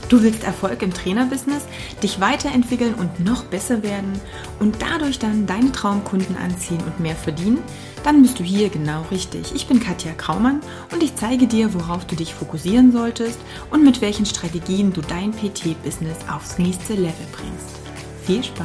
Du willst Erfolg im Trainerbusiness, dich weiterentwickeln und noch besser werden und dadurch dann deine Traumkunden anziehen und mehr verdienen? Dann bist du hier genau richtig. Ich bin Katja Kraumann und ich zeige dir, worauf du dich fokussieren solltest und mit welchen Strategien du dein PT-Business aufs nächste Level bringst. Viel Spaß!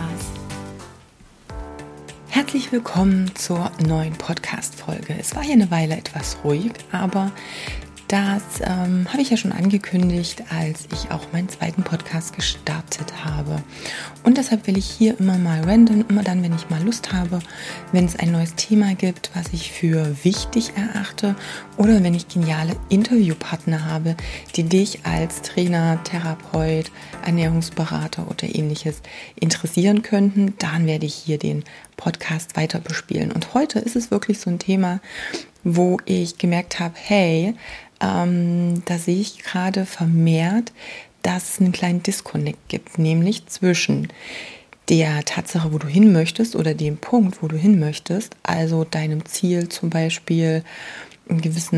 Herzlich willkommen zur neuen Podcast-Folge. Es war hier eine Weile etwas ruhig, aber das habe ich ja schon angekündigt, als ich auch meinen zweiten Podcast gestartet habe. Und deshalb will ich hier immer mal random, immer dann, wenn ich mal Lust habe, wenn es ein neues Thema gibt, was ich für wichtig erachte oder wenn ich geniale Interviewpartner habe, die dich als Trainer, Therapeut, Ernährungsberater oder ähnliches interessieren könnten, dann werde ich hier den Podcast weiter bespielen. Und heute ist es wirklich so ein Thema, wo ich gemerkt habe, hey, da sehe ich gerade vermehrt, dass es einen kleinen Disconnect gibt, nämlich zwischen der Tatsache, wo du hin möchtest oder dem Punkt, wo du hin möchtest, also deinem Ziel zum Beispiel ein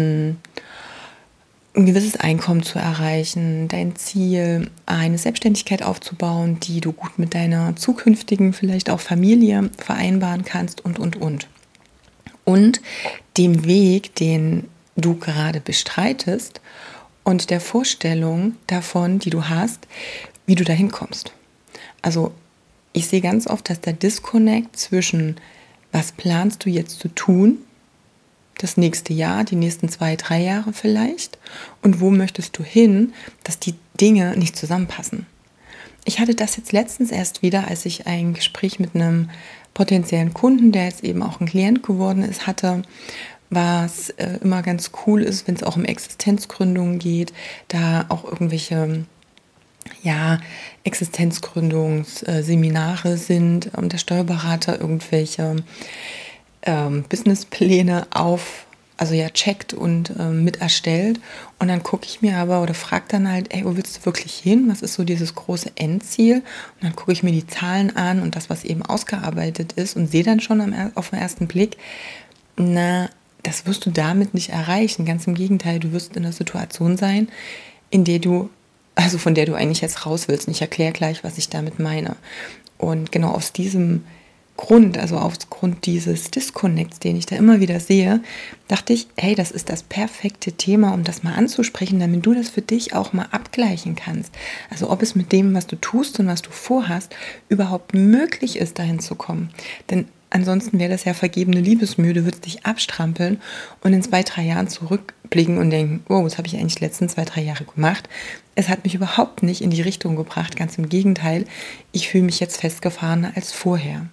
gewisses Einkommen zu erreichen, dein Ziel, eine Selbstständigkeit aufzubauen, die du gut mit deiner zukünftigen, vielleicht auch Familie vereinbaren kannst und. Und dem Weg, den du gerade bestreitest und der Vorstellung davon, die du hast, wie du dahin kommst. Also ich sehe ganz oft, dass der Disconnect zwischen was planst du jetzt zu tun, das nächste Jahr, die nächsten 2-3 Jahre vielleicht, und wo möchtest du hin, dass die Dinge nicht zusammenpassen. Ich hatte das jetzt letztens erst wieder, als ich ein Gespräch mit einem potenziellen Kunden, der jetzt eben auch ein Klient geworden ist, hatte, was immer ganz cool ist, wenn es auch um Existenzgründungen geht, da auch irgendwelche Existenzgründungsseminare sind und der Steuerberater irgendwelche Businesspläne checkt und mit erstellt. Und dann gucke ich mir aber oder frage dann halt, wo willst du wirklich hin? Was ist so dieses große Endziel? Und dann gucke ich mir die Zahlen an und das, was eben ausgearbeitet ist und sehe dann schon auf den ersten Blick, das wirst du damit nicht erreichen. Ganz im Gegenteil, du wirst in einer Situation sein, von der du eigentlich jetzt raus willst. Und ich erkläre gleich, was ich damit meine. Und genau aus diesem Grund, also aufgrund dieses Disconnects, den ich da immer wieder sehe, dachte ich, hey, das ist das perfekte Thema, um das mal anzusprechen, damit du das für dich auch mal abgleichen kannst. Also ob es mit dem, was du tust und was du vorhast, überhaupt möglich ist, dahin zu kommen. Denn ansonsten wäre das ja vergebene Liebesmühe, du würdest dich abstrampeln und in 2-3 Jahren zurückblicken und denken, was habe ich eigentlich die letzten 2-3 Jahre gemacht? Es hat mich überhaupt nicht in die Richtung gebracht, ganz im Gegenteil, ich fühle mich jetzt festgefahrener als vorher.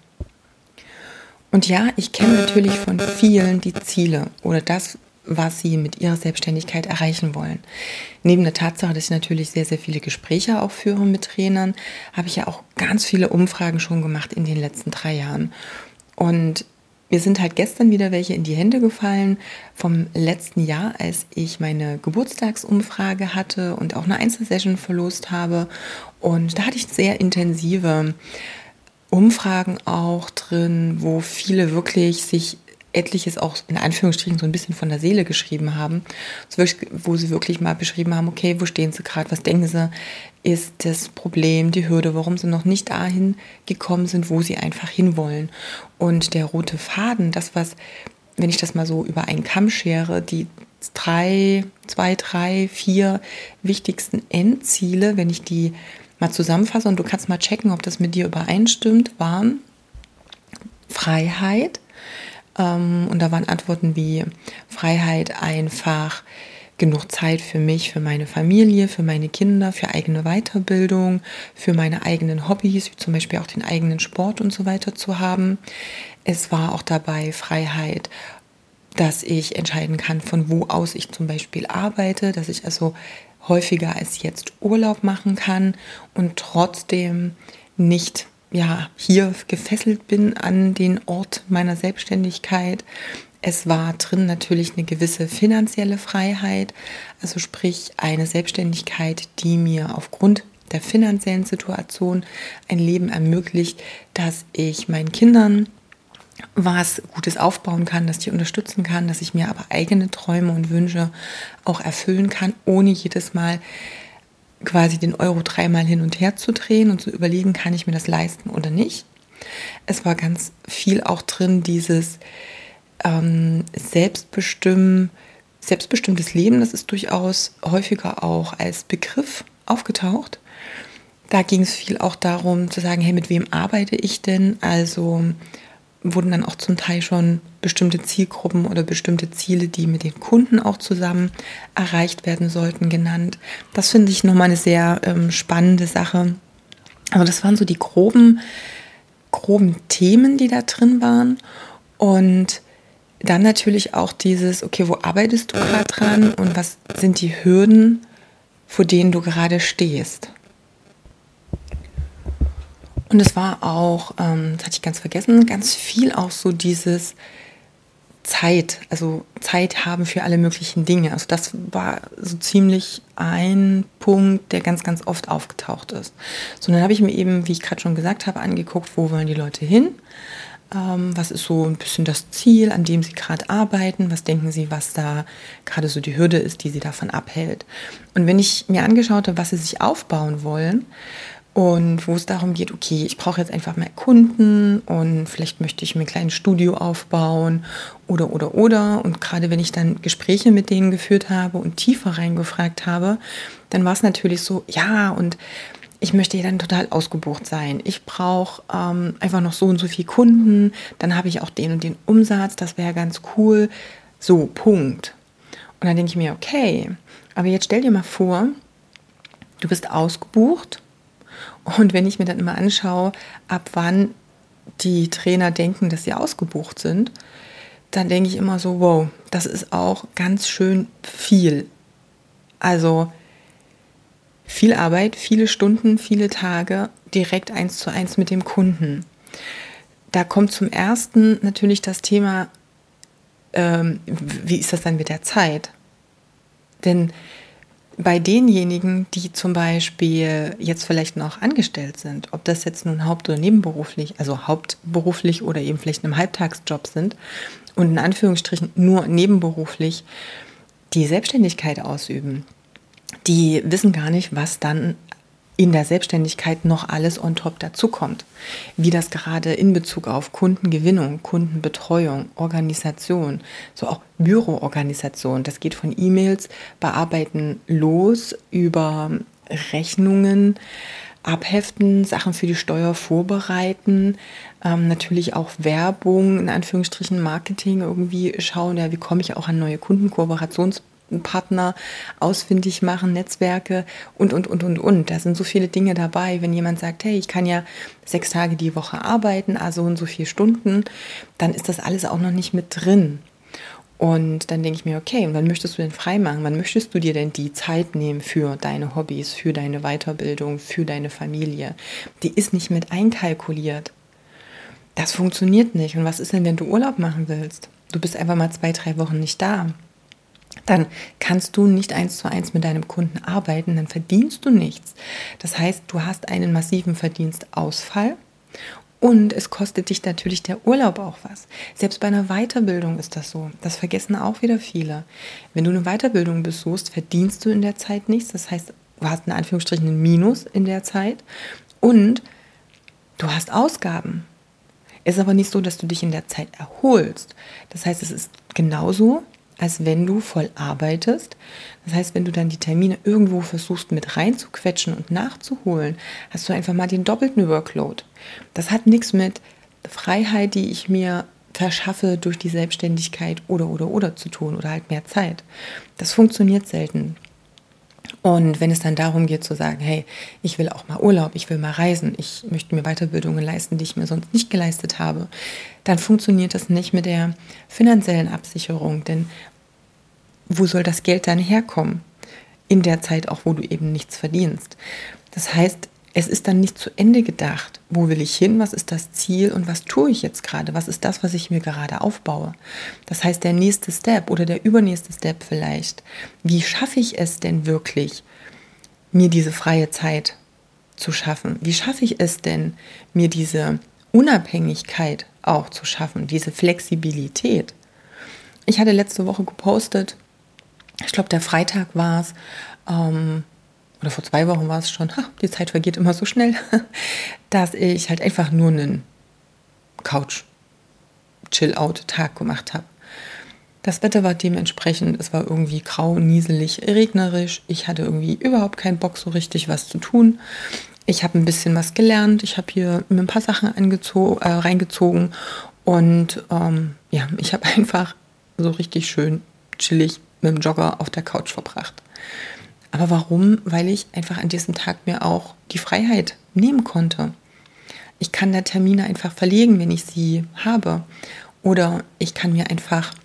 Und ja, ich kenne natürlich von vielen die Ziele oder das, was sie mit ihrer Selbstständigkeit erreichen wollen. Neben der Tatsache, dass ich natürlich sehr, sehr viele Gespräche auch führe mit Trainern, habe ich ja auch ganz viele Umfragen schon gemacht in den letzten 3 Jahren. Und mir sind halt gestern wieder welche in die Hände gefallen vom letzten Jahr, als ich meine Geburtstagsumfrage hatte und auch eine Einzelsession verlost habe. Und da hatte ich sehr intensive Umfragen auch drin, wo viele wirklich sich etliches auch in Anführungsstrichen so ein bisschen von der Seele geschrieben haben, wo sie wirklich mal beschrieben haben, okay, wo stehen sie gerade, was denken sie, ist das Problem, die Hürde, warum sie noch nicht dahin gekommen sind, wo sie einfach hinwollen. Und der rote Faden, wenn ich das mal so über einen Kamm schere, die 2, 3, 4 wichtigsten Endziele, wenn ich die mal zusammenfasse und du kannst mal checken, ob das mit dir übereinstimmt, waren Freiheit. Und da waren Antworten wie Freiheit, einfach genug Zeit für mich, für meine Familie, für meine Kinder, für eigene Weiterbildung, für meine eigenen Hobbys, wie zum Beispiel auch den eigenen Sport und so weiter zu haben. Es war auch dabei Freiheit, dass ich entscheiden kann, von wo aus ich zum Beispiel arbeite, dass ich also häufiger als jetzt Urlaub machen kann und trotzdem nicht hier gefesselt bin an den Ort meiner Selbstständigkeit. Es war drin natürlich eine gewisse finanzielle Freiheit, also sprich eine Selbstständigkeit, die mir aufgrund der finanziellen Situation ein Leben ermöglicht, dass ich meinen Kindern was Gutes aufbauen kann, dass ich unterstützen kann, dass ich mir aber eigene Träume und Wünsche auch erfüllen kann, ohne jedes Mal quasi den Euro dreimal hin und her zu drehen und zu überlegen, kann ich mir das leisten oder nicht. Es war ganz viel auch drin, dieses selbstbestimmtes Leben, das ist durchaus häufiger auch als Begriff aufgetaucht. Da ging es viel auch darum zu sagen, hey, mit wem arbeite ich denn? Also wurden dann auch zum Teil schon bestimmte Zielgruppen oder bestimmte Ziele, die mit den Kunden auch zusammen erreicht werden sollten, genannt. Das finde ich nochmal eine sehr spannende Sache. Aber das waren so die groben Themen, die da drin waren. Und dann natürlich auch dieses, okay, wo arbeitest du gerade dran und was sind die Hürden, vor denen du gerade stehst? Und es war auch, das hatte ich ganz vergessen, ganz viel auch so dieses Zeit, also Zeit haben für alle möglichen Dinge. Also das war so ziemlich ein Punkt, der ganz, ganz oft aufgetaucht ist. So, dann habe ich mir eben, wie ich gerade schon gesagt habe, angeguckt, wo wollen die Leute hin? Was ist so ein bisschen das Ziel, an dem sie gerade arbeiten? Was denken sie, was da gerade so die Hürde ist, die sie davon abhält? Und wenn ich mir angeschaut habe, was sie sich aufbauen wollen, und wo es darum geht, okay, ich brauche jetzt einfach mehr Kunden und vielleicht möchte ich mir ein kleines Studio aufbauen oder. Und gerade wenn ich dann Gespräche mit denen geführt habe und tiefer reingefragt habe, dann war es natürlich so, ja, und ich möchte ja dann total ausgebucht sein. Ich brauche einfach noch so und so viele Kunden, dann habe ich auch den und den Umsatz, das wäre ganz cool. So, Punkt. Und dann denke ich mir, okay, aber jetzt stell dir mal vor, du bist ausgebucht. Und wenn ich mir dann immer anschaue, ab wann die Trainer denken, dass sie ausgebucht sind, dann denke ich immer so, wow, das ist auch ganz schön viel. Also viel Arbeit, viele Stunden, viele Tage, direkt 1:1 mit dem Kunden. Da kommt zum ersten natürlich das Thema, wie ist das dann mit der Zeit? Denn bei denjenigen, die zum Beispiel jetzt vielleicht noch angestellt sind, ob das jetzt nun haupt- oder nebenberuflich, also hauptberuflich oder eben vielleicht in einem Halbtagsjob sind und in Anführungsstrichen nur nebenberuflich die Selbstständigkeit ausüben, die wissen gar nicht, was dann in der Selbstständigkeit noch alles on top dazukommt. Wie das gerade in Bezug auf Kundengewinnung, Kundenbetreuung, Organisation, so auch Büroorganisation, das geht von E-Mails bearbeiten los über Rechnungen, abheften, Sachen für die Steuer vorbereiten, natürlich auch Werbung, in Anführungsstrichen Marketing irgendwie schauen, ja, wie komme ich auch an neue Kunden, Kooperationspartner ausfindig machen, Netzwerke und. Da sind so viele Dinge dabei. Wenn jemand sagt, hey, ich kann ja 6 Tage die Woche arbeiten, also und so 4 Stunden, dann ist das alles auch noch nicht mit drin. Und dann denke ich mir, okay, und wann möchtest du denn frei machen? Wann möchtest du dir denn die Zeit nehmen für deine Hobbys, für deine Weiterbildung, für deine Familie? Die ist nicht mit einkalkuliert. Das funktioniert nicht. Und was ist denn, wenn du Urlaub machen willst? Du bist einfach mal 2, 3 Wochen nicht da. Dann kannst du nicht 1:1 mit deinem Kunden arbeiten, dann verdienst du nichts. Das heißt, du hast einen massiven Verdienstausfall. Und es kostet dich natürlich der Urlaub auch was. Selbst bei einer Weiterbildung ist das so. Das vergessen auch wieder viele. Wenn du eine Weiterbildung besuchst, verdienst du in der Zeit nichts. Das heißt, du hast in Anführungsstrichen ein Minus in der Zeit und du hast Ausgaben. Es ist aber nicht so, dass du dich in der Zeit erholst. Das heißt, es ist genauso, als wenn du voll arbeitest. Das heißt, wenn du dann die Termine irgendwo versuchst mit reinzuquetschen und nachzuholen, hast du einfach mal den doppelten Workload. Das hat nichts mit Freiheit, die ich mir verschaffe durch die Selbstständigkeit oder zu tun oder halt mehr Zeit. Das funktioniert selten. Und wenn es dann darum geht zu sagen, hey, ich will auch mal Urlaub, ich will mal reisen, ich möchte mir Weiterbildungen leisten, die ich mir sonst nicht geleistet habe, dann funktioniert das nicht mit der finanziellen Absicherung. Denn wo soll das Geld dann herkommen? In der Zeit auch, wo du eben nichts verdienst. Das heißt, es ist dann nicht zu Ende gedacht. Wo will ich hin? Was ist das Ziel? Und was tue ich jetzt gerade? Was ist das, was ich mir gerade aufbaue? Das heißt, der nächste Step oder der übernächste Step vielleicht. Wie schaffe ich es denn wirklich, mir diese freie Zeit zu schaffen? Wie schaffe ich es denn, mir diese Unabhängigkeit auch zu schaffen, diese Flexibilität? Ich hatte letzte Woche gepostet, ich glaube, der Freitag war es, oder vor 2 Wochen war es schon, die Zeit vergeht immer so schnell, dass ich halt einfach nur einen Couch-Chill-Out-Tag gemacht habe. Das Wetter war dementsprechend, es war irgendwie grau, nieselig, regnerisch. Ich hatte irgendwie überhaupt keinen Bock, so richtig was zu tun. Ich habe ein bisschen was gelernt. Ich habe hier mir ein paar Sachen reingezogen. Und ja, ich habe einfach so richtig schön chillig mit dem Jogger auf der Couch verbracht. Aber warum? Weil ich einfach an diesem Tag mir auch die Freiheit nehmen konnte. Ich kann da Termine einfach verlegen, wenn ich sie habe. Oder ich kann mir einfach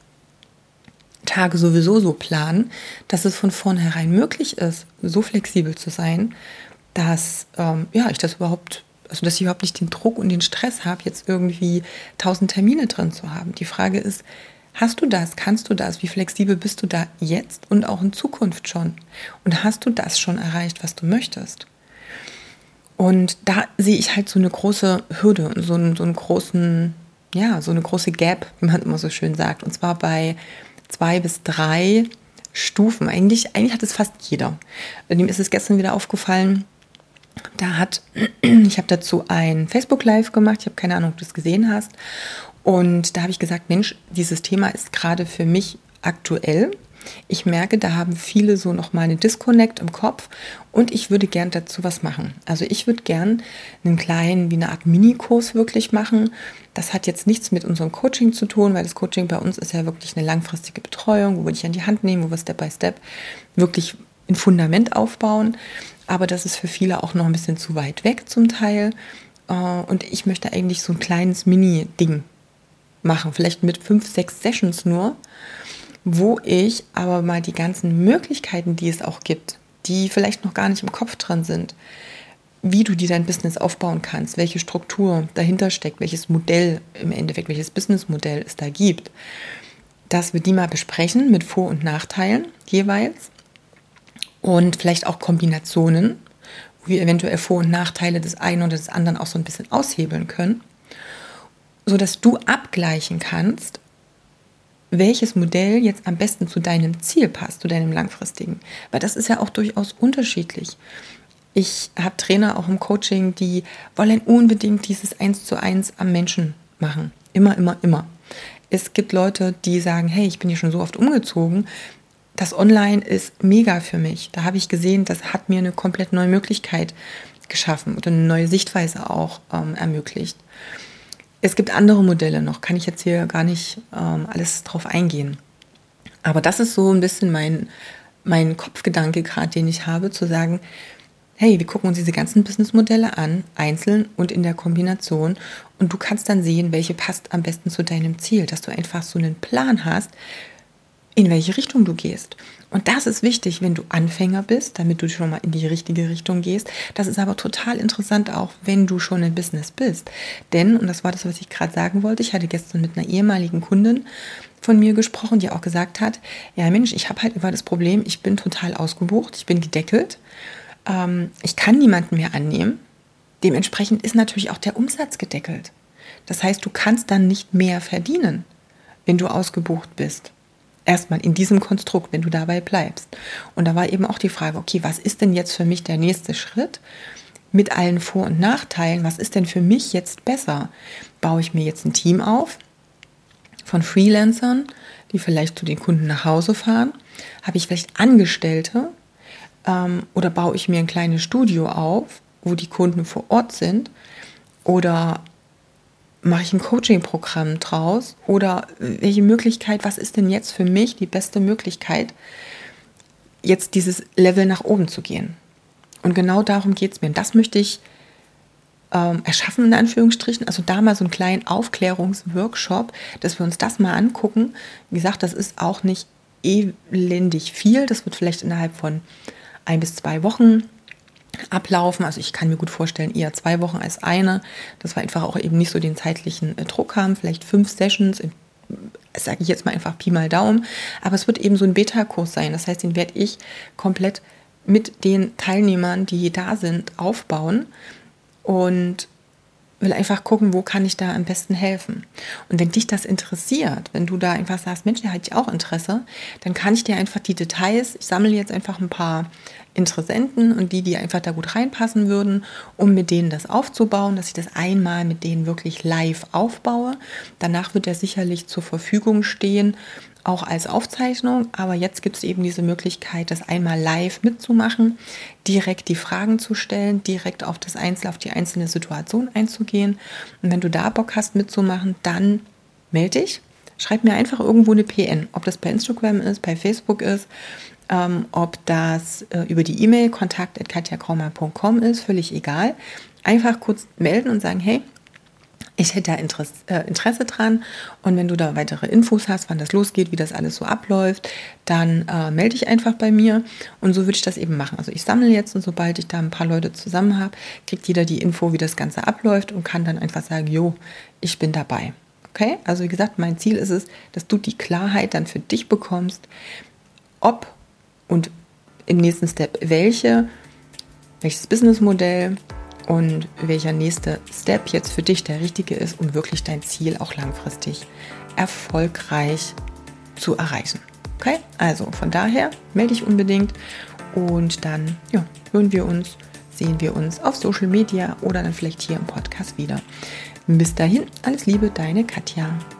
Tage sowieso so planen, dass es von vornherein möglich ist, so flexibel zu sein, dass ja, dass ich überhaupt nicht den Druck und den Stress habe, jetzt irgendwie 1000 Termine drin zu haben. Die Frage ist, hast du das? Kannst du das? Wie flexibel bist du da jetzt und auch in Zukunft schon? Und hast du das schon erreicht, was du möchtest? Und da sehe ich halt so eine große Hürde, so eine große Gap, wie man immer so schön sagt. Und zwar bei 2 bis 3 Stufen. Eigentlich hat es fast jeder. Dem ist es gestern wieder aufgefallen. Ich habe dazu ein Facebook Live gemacht. Ich habe keine Ahnung, ob du es gesehen hast. Und da habe ich gesagt, Mensch, dieses Thema ist gerade für mich aktuell. Ich merke, da haben viele so nochmal eine Disconnect im Kopf und ich würde gern dazu was machen. Also ich würde gern einen kleinen, wie eine Art Minikurs wirklich machen. Das hat jetzt nichts mit unserem Coaching zu tun, weil das Coaching bei uns ist ja wirklich eine langfristige Betreuung, wo wir dich an die Hand nehmen, wo wir Step by Step wirklich ein Fundament aufbauen. Aber das ist für viele auch noch ein bisschen zu weit weg zum Teil. Und ich möchte eigentlich so ein kleines Mini-Ding machen, vielleicht mit 5, 6 Sessions nur, wo ich aber mal die ganzen Möglichkeiten, die es auch gibt, die vielleicht noch gar nicht im Kopf dran sind, wie du dir dein Business aufbauen kannst, welche Struktur dahinter steckt, welches Modell im Endeffekt, welches Businessmodell es da gibt, dass wir die mal besprechen mit Vor- und Nachteilen jeweils und vielleicht auch Kombinationen, wo wir eventuell Vor- und Nachteile des einen oder des anderen auch so ein bisschen aushebeln können, sodass du abgleichen kannst, welches Modell jetzt am besten zu deinem Ziel passt, zu deinem langfristigen. Weil das ist ja auch durchaus unterschiedlich. Ich habe Trainer auch im Coaching, die wollen unbedingt dieses 1:1 am Menschen machen. Immer, immer, immer. Es gibt Leute, die sagen, hey, ich bin hier schon so oft umgezogen, das Online ist mega für mich. Da habe ich gesehen, das hat mir eine komplett neue Möglichkeit geschaffen oder eine neue Sichtweise auch ermöglicht. Es gibt andere Modelle noch, kann ich jetzt hier gar nicht alles drauf eingehen. Aber das ist so ein bisschen mein Kopfgedanke gerade, den ich habe, zu sagen, hey, wir gucken uns diese ganzen Businessmodelle an, einzeln und in der Kombination. Und du kannst dann sehen, welche passt am besten zu deinem Ziel, dass du einfach so einen Plan hast, in welche Richtung du gehst. Und das ist wichtig, wenn du Anfänger bist, damit du schon mal in die richtige Richtung gehst. Das ist aber total interessant auch, wenn du schon im Business bist. Denn, und das war das, was ich gerade sagen wollte, ich hatte gestern mit einer ehemaligen Kundin von mir gesprochen, die auch gesagt hat, ja Mensch, ich habe halt immer das Problem, ich bin total ausgebucht, ich bin gedeckelt, ich kann niemanden mehr annehmen. Dementsprechend ist natürlich auch der Umsatz gedeckelt. Das heißt, du kannst dann nicht mehr verdienen, wenn du ausgebucht bist. Erstmal in diesem Konstrukt, wenn du dabei bleibst. Und da war eben auch die Frage, okay, was ist denn jetzt für mich der nächste Schritt mit allen Vor- und Nachteilen? Was ist denn für mich jetzt besser? Baue ich mir jetzt ein Team auf von Freelancern, die vielleicht zu den Kunden nach Hause fahren? Habe ich vielleicht Angestellte? Oder baue ich mir ein kleines Studio auf, wo die Kunden vor Ort sind? Oder mache ich ein Coaching-Programm draus? Oder welche Möglichkeit, was ist denn jetzt für mich die beste Möglichkeit, jetzt dieses Level nach oben zu gehen? Und genau darum geht es mir. Und das möchte ich erschaffen, in Anführungsstrichen. Also da mal so einen kleinen Aufklärungsworkshop, dass wir uns das mal angucken. Wie gesagt, das ist auch nicht elendig viel. Das wird vielleicht innerhalb von 1 bis 2 Wochen ablaufen. Also ich kann mir gut vorstellen, eher 2 Wochen als eine, dass wir einfach auch eben nicht so den zeitlichen Druck haben. Vielleicht 5 Sessions, sage ich jetzt mal einfach Pi mal Daumen. Aber es wird eben so ein Beta-Kurs sein. Das heißt, den werde ich komplett mit den Teilnehmern, die da sind, aufbauen. Und will einfach gucken, wo kann ich da am besten helfen. Und wenn dich das interessiert, wenn du da einfach sagst, Mensch, da hätte ich auch Interesse, dann kann ich dir einfach die Details, ich sammle jetzt einfach ein paar Interessenten und die einfach da gut reinpassen würden, um mit denen das aufzubauen, dass ich das einmal mit denen wirklich live aufbaue. Danach wird er sicherlich zur Verfügung stehen, auch als Aufzeichnung, aber jetzt gibt es eben diese Möglichkeit, das einmal live mitzumachen, direkt die Fragen zu stellen, direkt auf die einzelne Situation einzugehen. Und wenn du da Bock hast mitzumachen, dann melde dich, schreib mir einfach irgendwo eine PN, ob das bei Instagram ist, bei Facebook ist, ob das über die E-Mail kontakt@katjakraumann.com ist, völlig egal. Einfach kurz melden und sagen, hey, ich hätte da Interesse dran, und wenn du da weitere Infos hast, wann das losgeht, wie das alles so abläuft, dann melde dich einfach bei mir, und so würde ich das eben machen. Also ich sammle jetzt, und sobald ich da ein paar Leute zusammen habe, kriegt jeder die Info, wie das Ganze abläuft, und kann dann einfach sagen, jo, ich bin dabei. Okay? Also wie gesagt, mein Ziel ist es, dass du die Klarheit dann für dich bekommst, ob und im nächsten Step welches Businessmodell und welcher nächste Step jetzt für dich der richtige ist, um wirklich dein Ziel auch langfristig erfolgreich zu erreichen. Okay? Also von daher melde dich unbedingt, und dann hören wir uns, sehen wir uns auf Social Media oder dann vielleicht hier im Podcast wieder. Bis dahin, alles Liebe, deine Katja.